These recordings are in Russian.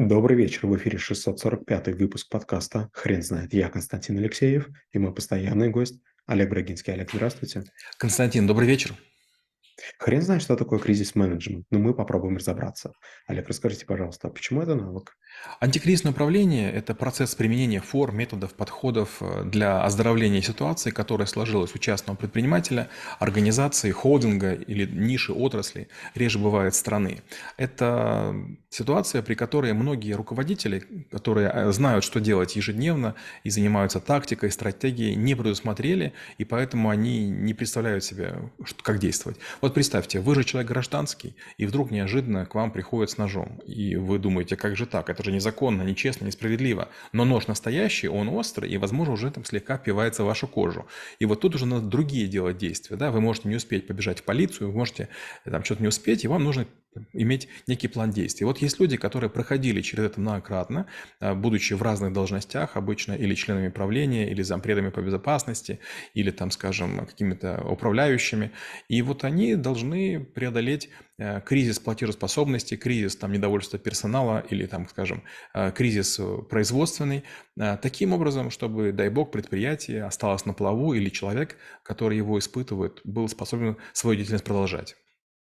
Добрый вечер, в эфире 645 выпуск подкаста «Хрен знает». Я Константин Алексеев и мой постоянный гость Олег Брагинский. Олег, здравствуйте. Константин, добрый вечер. Хрен знает, что такое кризис-менеджмент, но мы попробуем разобраться. Олег, расскажите, пожалуйста, почему это навык? Антикризисное управление – это процесс применения форм, методов, подходов для оздоровления ситуации, которая сложилась у частного предпринимателя, организации, холдинга или ниши отрасли, реже бывает страны. Это ситуация, при которой многие руководители, которые знают, что делать ежедневно и занимаются тактикой, стратегией, не предусмотрели, и поэтому они не представляют себе, как действовать. Вот представьте, вы же человек гражданский, и вдруг неожиданно к вам приходят с ножом, и вы думаете, как же так, это же незаконно, нечестно, несправедливо. Но нож настоящий, он острый, и, возможно, уже там слегка впивается в вашу кожу. И вот тут уже надо другие делать действия. Да? Вы можете не успеть побежать в полицию, вы можете там что-то не успеть, и вам нужно иметь некий план действий. Вот есть люди, которые проходили через это многократно, будучи в разных должностях, обычно или членами правления, или зампредами по безопасности, или там, скажем, какими-то управляющими. И вот они должны преодолеть кризис платежеспособности, кризис там, недовольства персонала или, там, скажем, кризис производственный, таким образом, чтобы, дай бог, предприятие осталось на плаву или человек, который его испытывает, был способен свою деятельность продолжать.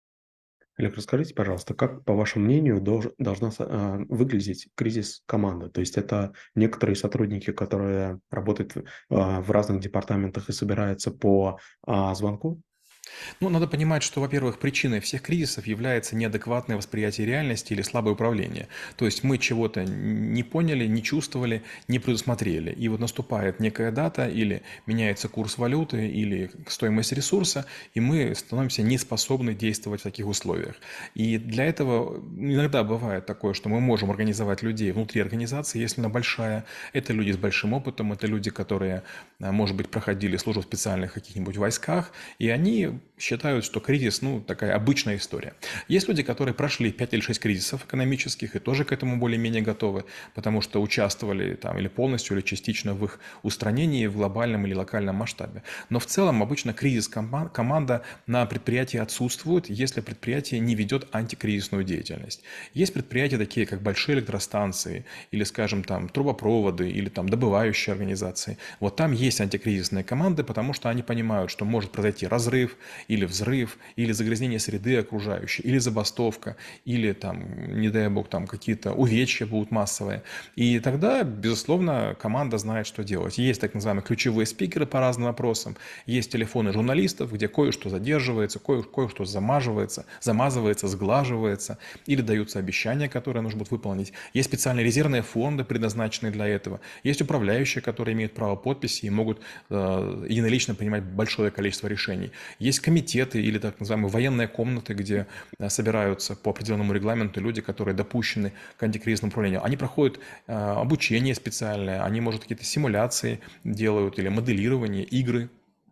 Олег, расскажите, пожалуйста, как, по вашему мнению, должна выглядеть кризис-команда? То есть это некоторые сотрудники, которые работают в разных департаментах и собираются по звонку? Ну, надо понимать, что, во-первых, причиной всех кризисов является неадекватное восприятие реальности или слабое управление. То есть мы чего-то не поняли, не чувствовали, не предусмотрели. И вот наступает некая дата, или меняется курс валюты, или стоимость ресурса, и мы становимся неспособны действовать в таких условиях. И для этого иногда бывает такое, что мы можем организовать людей внутри организации, если она большая. Это люди с большим опытом, это люди, которые, может быть, проходили службу в специальных каких-нибудь войсках, и они считают, что кризис, ну, такая обычная история. Есть люди, которые прошли 5 или 6 кризисов экономических и тоже к этому более-менее готовы, потому что участвовали там или полностью, или частично в их устранении в глобальном или локальном масштабе. Но в целом обычно команда на предприятии отсутствует, если предприятие не ведет антикризисную деятельность. Есть предприятия такие, как большие электростанции, или, скажем, там трубопроводы, или там добывающие организации. Вот там есть антикризисные команды, потому что они понимают, что может произойти разрыв, или взрыв, или загрязнение среды окружающей, или забастовка, или там, не дай бог, там какие-то увечья будут массовые. И тогда, безусловно, команда знает, что делать. Есть так называемые ключевые спикеры по разным вопросам, есть телефоны журналистов, где кое-что задерживается, кое-что замазывается, сглаживается, или даются обещания, которые нужно будет выполнить. Есть специальные резервные фонды, предназначенные для этого. Есть управляющие, которые имеют право подписи и могут единолично принимать большое количество решений. Есть комитеты или так называемые военные комнаты, где собираются по определенному регламенту люди, которые допущены к антикризисному управлению. Они проходят обучение специальное, они, может, какие-то симуляции делают или моделирование, игры.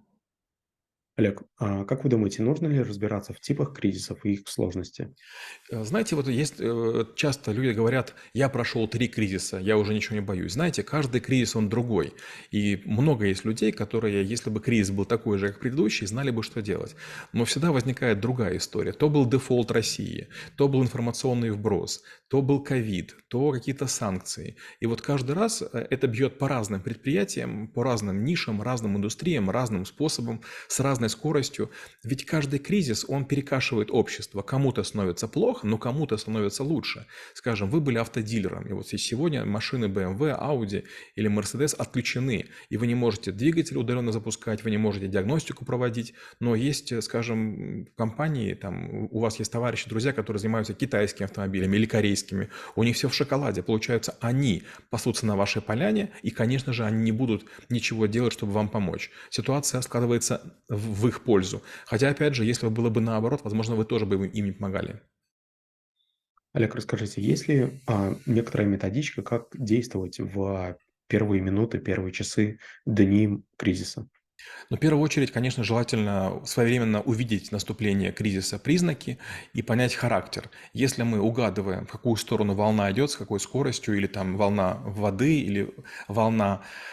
Олег, как вы думаете, нужно ли разбираться в типах кризисов и их сложности? Знаете, вот есть часто люди говорят, я прошел 3 кризиса, я уже ничего не боюсь. Знаете, каждый кризис, он другой. И много есть людей, которые, если бы кризис был такой же, как предыдущий, знали бы, что делать. Но всегда возникает другая история. То был дефолт России, то был информационный вброс, то был ковид, то какие-то санкции. И вот каждый раз это бьет по разным предприятиям, по разным нишам, разным индустриям, разным способом, с разной скоростью. Ведь каждый кризис, он перекашивает общество. Кому-то становится плохо, но кому-то становится лучше. Скажем, вы были автодилером, и вот сегодня машины BMW, Audi или Mercedes отключены, и вы не можете двигатель удаленно запускать, вы не можете диагностику проводить, но есть, скажем, компании, там, у вас есть товарищи, друзья, которые занимаются китайскими автомобилями или корейскими, у них все в шоколаде, получается, они пасутся на вашей поляне, и, конечно же, они не будут ничего делать, чтобы вам помочь. Ситуация складывается в их пользу. Хотя, опять же, если было бы наоборот, возможно, вы тоже бы им не помогали. Олег, расскажите, есть ли некоторая методичка, как действовать в первые минуты, первые часы, дни кризиса? Но в первую очередь, конечно, желательно своевременно увидеть наступление кризиса признаки и понять характер. Если мы угадываем, в какую сторону волна идет, с какой скоростью, или там волна воды, или волна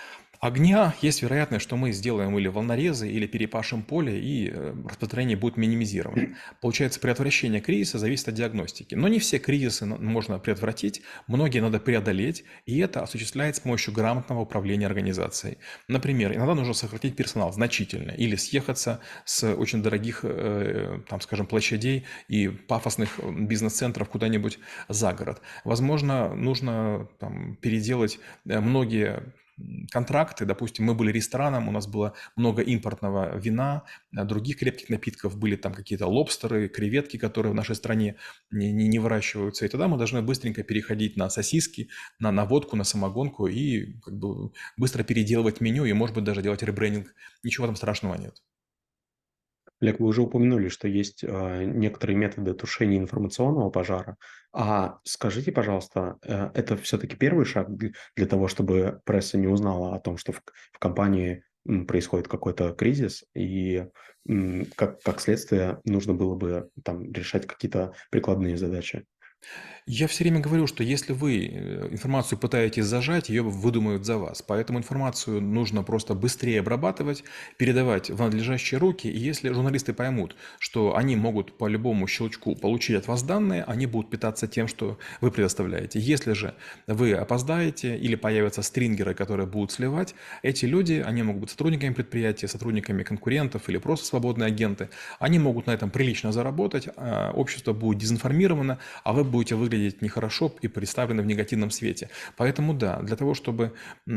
Огня есть вероятность, что мы сделаем или волнорезы, или перепашем поле, и распространение будет минимизировано. Получается, предотвращение кризиса зависит от диагностики. Но не все кризисы можно предотвратить, многие надо преодолеть, и это осуществляется с помощью грамотного управления организацией. Например, иногда нужно сократить персонал значительно, или съехаться с очень дорогих, там, скажем, площадей и пафосных бизнес-центров куда-нибудь за город. Возможно, нужно там, переделать многие контракты. Допустим, мы были рестораном, у нас было много импортного вина, других крепких напитков, были там какие-то лобстеры, креветки, которые в нашей стране не выращиваются. И тогда мы должны быстренько переходить на сосиски, на водку, на самогонку и как бы быстро переделывать меню и, может быть, даже делать ребрендинг. Ничего там страшного нет. Олег, вы уже упомянули, что есть некоторые методы тушения информационного пожара. А скажите, пожалуйста, это все-таки первый шаг для того, чтобы пресса не узнала о том, что в компании происходит какой-то кризис, и как следствие нужно было бы там решать какие-то прикладные задачи? Я все время говорю, что если вы информацию пытаетесь зажать, ее выдумают за вас. Поэтому информацию нужно просто быстрее обрабатывать, передавать в надлежащие руки. И если журналисты поймут, что они могут по любому щелчку получить от вас данные, они будут питаться тем, что вы предоставляете. Если же вы опоздаете или появятся стрингеры, которые будут сливать, эти люди, они могут быть сотрудниками предприятия, сотрудниками конкурентов или просто свободные агенты. Они могут на этом прилично заработать, общество будет дезинформировано, а вы будете выглядеть нехорошо и представлены в негативном свете. Поэтому да, для того, чтобы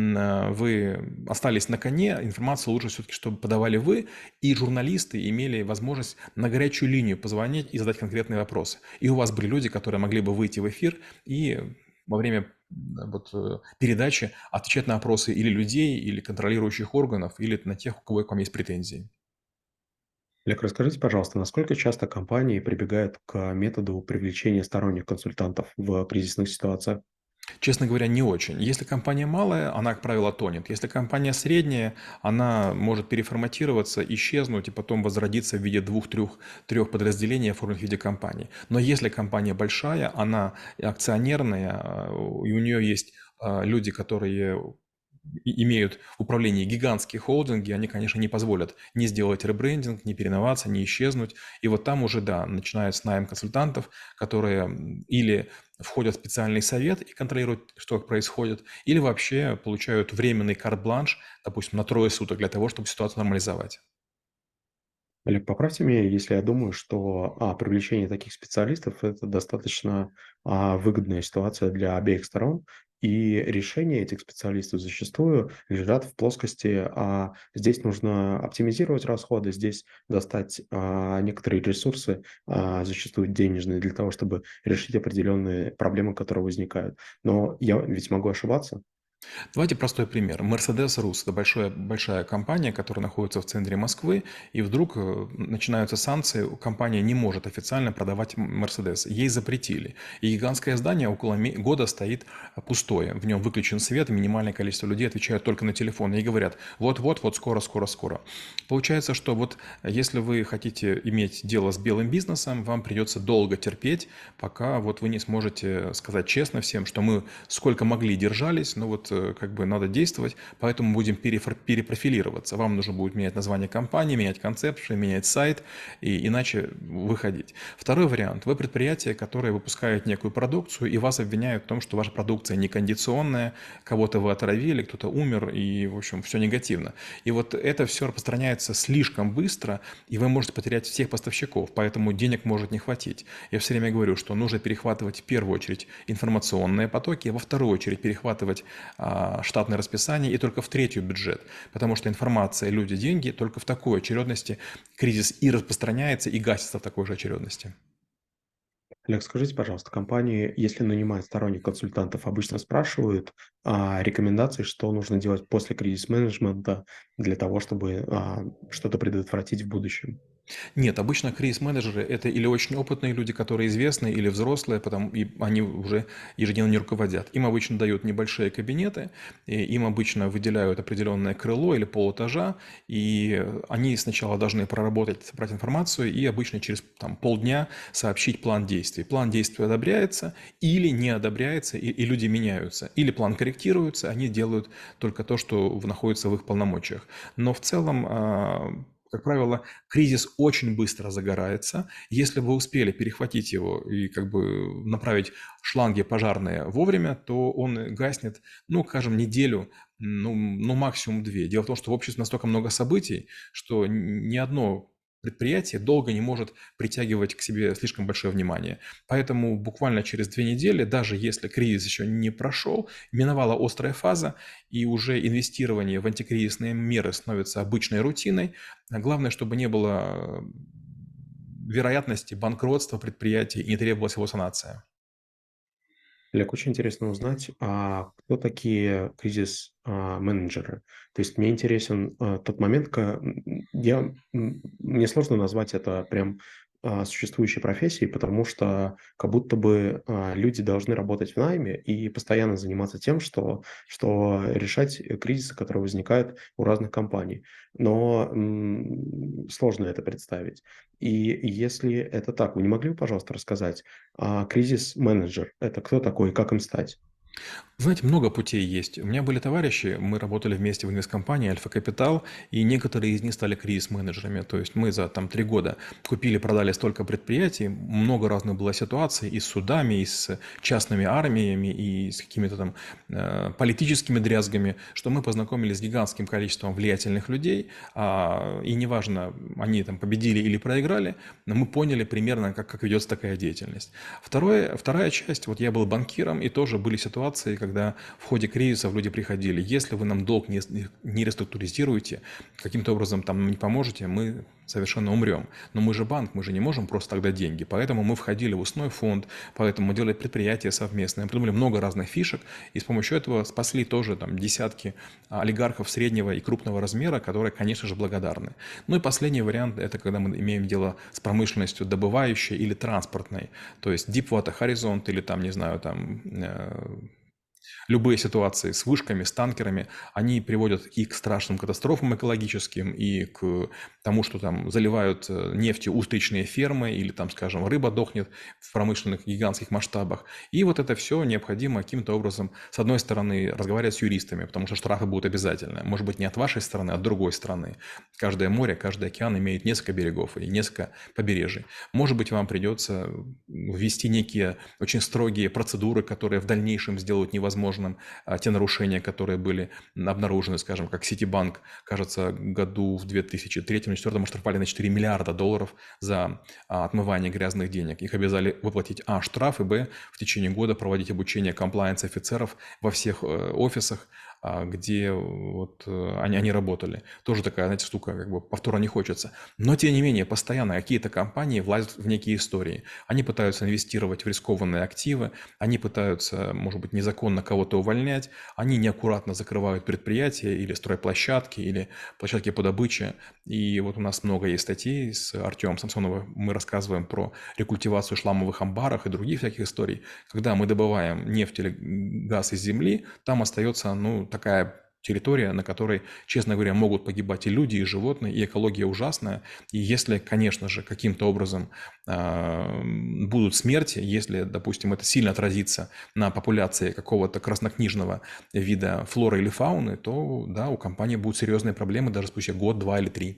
вы остались на коне, информацию лучше все-таки, чтобы подавали вы, и журналисты имели возможность на горячую линию позвонить и задать конкретные вопросы. И у вас были люди, которые могли бы выйти в эфир и во время передачи отвечать на опросы или людей, или контролирующих органов, или на тех, у кого к вам есть претензии. Олег, расскажите, пожалуйста, насколько часто компании прибегают к методу привлечения сторонних консультантов в кризисных ситуациях? Честно говоря, не очень. Если компания малая, она, как правило, тонет. Если компания средняя, она может переформатироваться, исчезнуть и потом возродиться в виде двух-трех подразделений, оформленных в виде компании. Но если компания большая, она акционерная, и у нее есть люди, которые имеют в управлении гигантские холдинги, они, конечно, не позволят ни сделать ребрендинг, ни переименоваться, ни исчезнуть. И вот там уже, да, начинают с найм консультантов, которые или входят в специальный совет и контролируют, что происходит, или вообще получают временный карт-бланш, допустим, на 3 суток для того, чтобы ситуацию нормализовать. Олег, поправьте меня, если я думаю, что привлечение таких специалистов– это достаточно выгодная ситуация для обеих сторон, и решения этих специалистов зачастую лежат в плоскости, здесь нужно оптимизировать расходы, здесь достать некоторые ресурсы, зачастую денежные, для того, чтобы решить определенные проблемы, которые возникают. Но я ведь могу ошибаться. Давайте простой пример. Mercedes-Rus– это большая компания, которая находится в центре Москвы, и вдруг начинаются санкции, компания не может официально продавать Mercedes. Ей запретили. И гигантское здание около года стоит пустое. В нем выключен свет, и минимальное количество людей отвечают только на телефон. И говорят, вот-вот, вот скоро, скоро, скоро. Получается, что вот если вы хотите иметь дело с белым бизнесом, вам придется долго терпеть, пока вот вы не сможете сказать честно всем, что мы сколько могли держались, но вот как бы надо действовать, поэтому будем перепрофилироваться. Вам нужно будет менять название компании, менять концепцию, менять сайт, и иначе выходить. Второй вариант. Вы предприятие, которое выпускает некую продукцию, и вас обвиняют в том, что ваша продукция некондиционная, кого-то вы отравили, кто-то умер, и, в общем, все негативно. И вот это все распространяется слишком быстро, и вы можете потерять всех поставщиков, поэтому денег может не хватить. Я все время говорю, что нужно перехватывать в первую очередь информационные потоки, во вторую очередь перехватывать штатное расписание и только в третью бюджет, потому что информация, люди, деньги только в такой очередности кризис и распространяется, и гасится в такой же очередности. Олег, скажите, пожалуйста, компании, если нанимают сторонних консультантов, обычно спрашивают рекомендации, что нужно делать после кризис-менеджмента для того, чтобы что-то предотвратить в будущем? Нет, обычно кризис-менеджеры – это или очень опытные люди, которые известны, или взрослые, и они уже ежедневно не руководят. Им обычно дают небольшие кабинеты, и им обычно выделяют определенное крыло или полэтажа, и они сначала должны проработать, собрать информацию и обычно через полдня сообщить план действий. План действий одобряется или не одобряется, и люди меняются. Или план корректируется, они делают только то, что находится в их полномочиях. Но в целом, как правило, кризис очень быстро загорается. Если вы успели перехватить его и как бы направить шланги пожарные вовремя, то он гаснет, ну, скажем, неделю, ну максимум две. Дело в том, что в обществе настолько много событий, что ни одно предприятие долго не может притягивать к себе слишком большое внимание. Поэтому буквально через 2 недели, даже если кризис еще не прошел, миновала острая фаза, и уже инвестирование в антикризисные меры становится обычной рутиной. Главное, чтобы не было вероятности банкротства предприятия и не требовалась его санация. Олег, очень интересно узнать, кто такие кризис-менеджеры? То есть мне интересен тот момент, мне сложно назвать это прям существующей профессией, потому что как будто бы люди должны работать в найме и постоянно заниматься тем, что решать кризисы, которые возникают у разных компаний. Но сложно это представить. И если это так, вы не могли бы, пожалуйста, рассказать, кризис-менеджер – это кто такой и как им стать? Знаете, много путей есть. У меня были товарищи, мы работали вместе в инвесткомпании «Альфа Капитал», и некоторые из них стали кризис-менеджерами. То есть мы за 3 года купили, продали столько предприятий, много разных было ситуаций и с судами, и с частными армиями, и с какими-то политическими дрязгами, что мы познакомились с гигантским количеством влиятельных людей, и неважно, они победили или проиграли, но мы поняли примерно, как ведется такая деятельность. Вторая часть, вот я был банкиром, и тоже были ситуации, когда в ходе кризисов люди приходили: если вы нам долг не реструктуризируете, каким-то образом не поможете, мы совершенно умрем. Но мы же банк, мы же не можем просто тогда деньги. Поэтому мы входили в устной фонд, поэтому мы делали предприятия совместные, придумали много разных фишек, и с помощью этого спасли тоже десятки олигархов среднего и крупного размера, которые, конечно же, благодарны. Ну и последний вариант – это когда мы имеем дело с промышленностью добывающей или транспортной, то есть Deepwater Horizon или не знаю, любые ситуации с вышками, с танкерами, они приводят и к страшным катастрофам экологическим, и к тому, что заливают нефтью устричные фермы, или скажем, рыба дохнет в промышленных гигантских масштабах. И вот это все необходимо каким-то образом, с одной стороны, разговаривать с юристами, потому что штрафы будут обязательны. Может быть, не от вашей стороны, а от другой стороны. Каждое море, каждый океан имеет несколько берегов и несколько побережий. Может быть, вам придется ввести некие очень строгие процедуры, которые в дальнейшем сделают невозможным те нарушения, которые были обнаружены, скажем, как Ситибанк, кажется, году в 2003-2004 оштрафовали на 4 миллиарда долларов за отмывание грязных денег. Их обязали выплатить штраф, и в течение года проводить обучение комплаенс-офицеров во всех офисах, где они работали. Тоже такая, знаете, штука, повтора не хочется. Но, тем не менее, постоянно какие-то компании влазят в некие истории. Они пытаются инвестировать в рискованные активы, они пытаются, может быть, незаконно кого-то увольнять, они неаккуратно закрывают предприятия или стройплощадки, или площадки по добыче. И вот у нас много есть статей с Артемом Самсоновым, мы рассказываем про рекультивацию шламовых амбарах и других всяких историй. Когда мы добываем нефть или газ из земли, там остается, такая территория, на которой, честно говоря, могут погибать и люди, и животные, и экология ужасная. И если, конечно же, каким-то образом будут смерти, если, допустим, это сильно отразится на популяции какого-то краснокнижного вида флоры или фауны, то да, у компании будут серьезные проблемы даже спустя год, 2 или 3.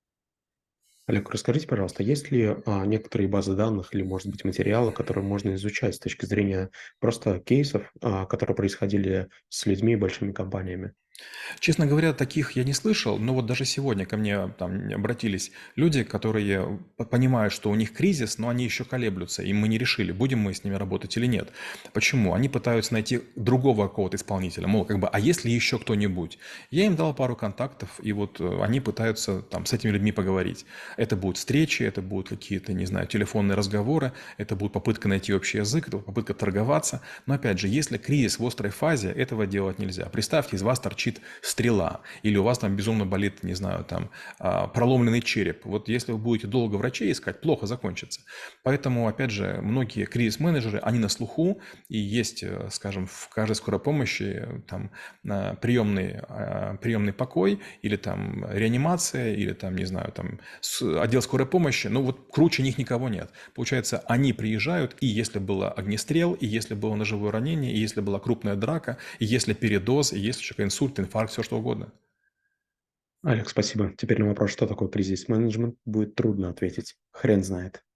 Олег, расскажите, пожалуйста, есть ли некоторые базы данных или, может быть, материалы, которые можно изучать с точки зрения просто кейсов, которые происходили с людьми и большими компаниями? Честно говоря, таких я не слышал, но вот даже сегодня ко мне обратились люди, которые понимают, что у них кризис, но они еще колеблются, и мы не решили, будем мы с ними работать или нет. Почему? Они пытаются найти другого какого-то исполнителя, мол, а если еще кто-нибудь? Я им дал пару контактов, и вот они пытаются с этими людьми поговорить. Это будут встречи, это будут какие-то, не знаю, телефонные разговоры, это будет попытка найти общий язык, это будет попытка торговаться. Но опять же, если кризис в острой фазе, этого делать нельзя. Представьте, из вас торчит торчит стрела, или у вас там безумно болит, не знаю, там проломленный череп. Вот если вы будете долго врачей искать, плохо закончится. Поэтому, опять же, многие кризис-менеджеры, они на слуху, и есть, скажем, в каждой скорой помощи там приемный покой, или там реанимация, или там, не знаю, там отдел скорой помощи. Ну вот круче них никого нет. Получается, они приезжают, и если было огнестрел, и если было ножевое ранение, и если была крупная драка, и если передоз, и если у человека инсульт, инфаркт, все что угодно. Олег, спасибо. Теперь на вопрос, что такое кризис-менеджмент, будет трудно ответить. Хрен знает.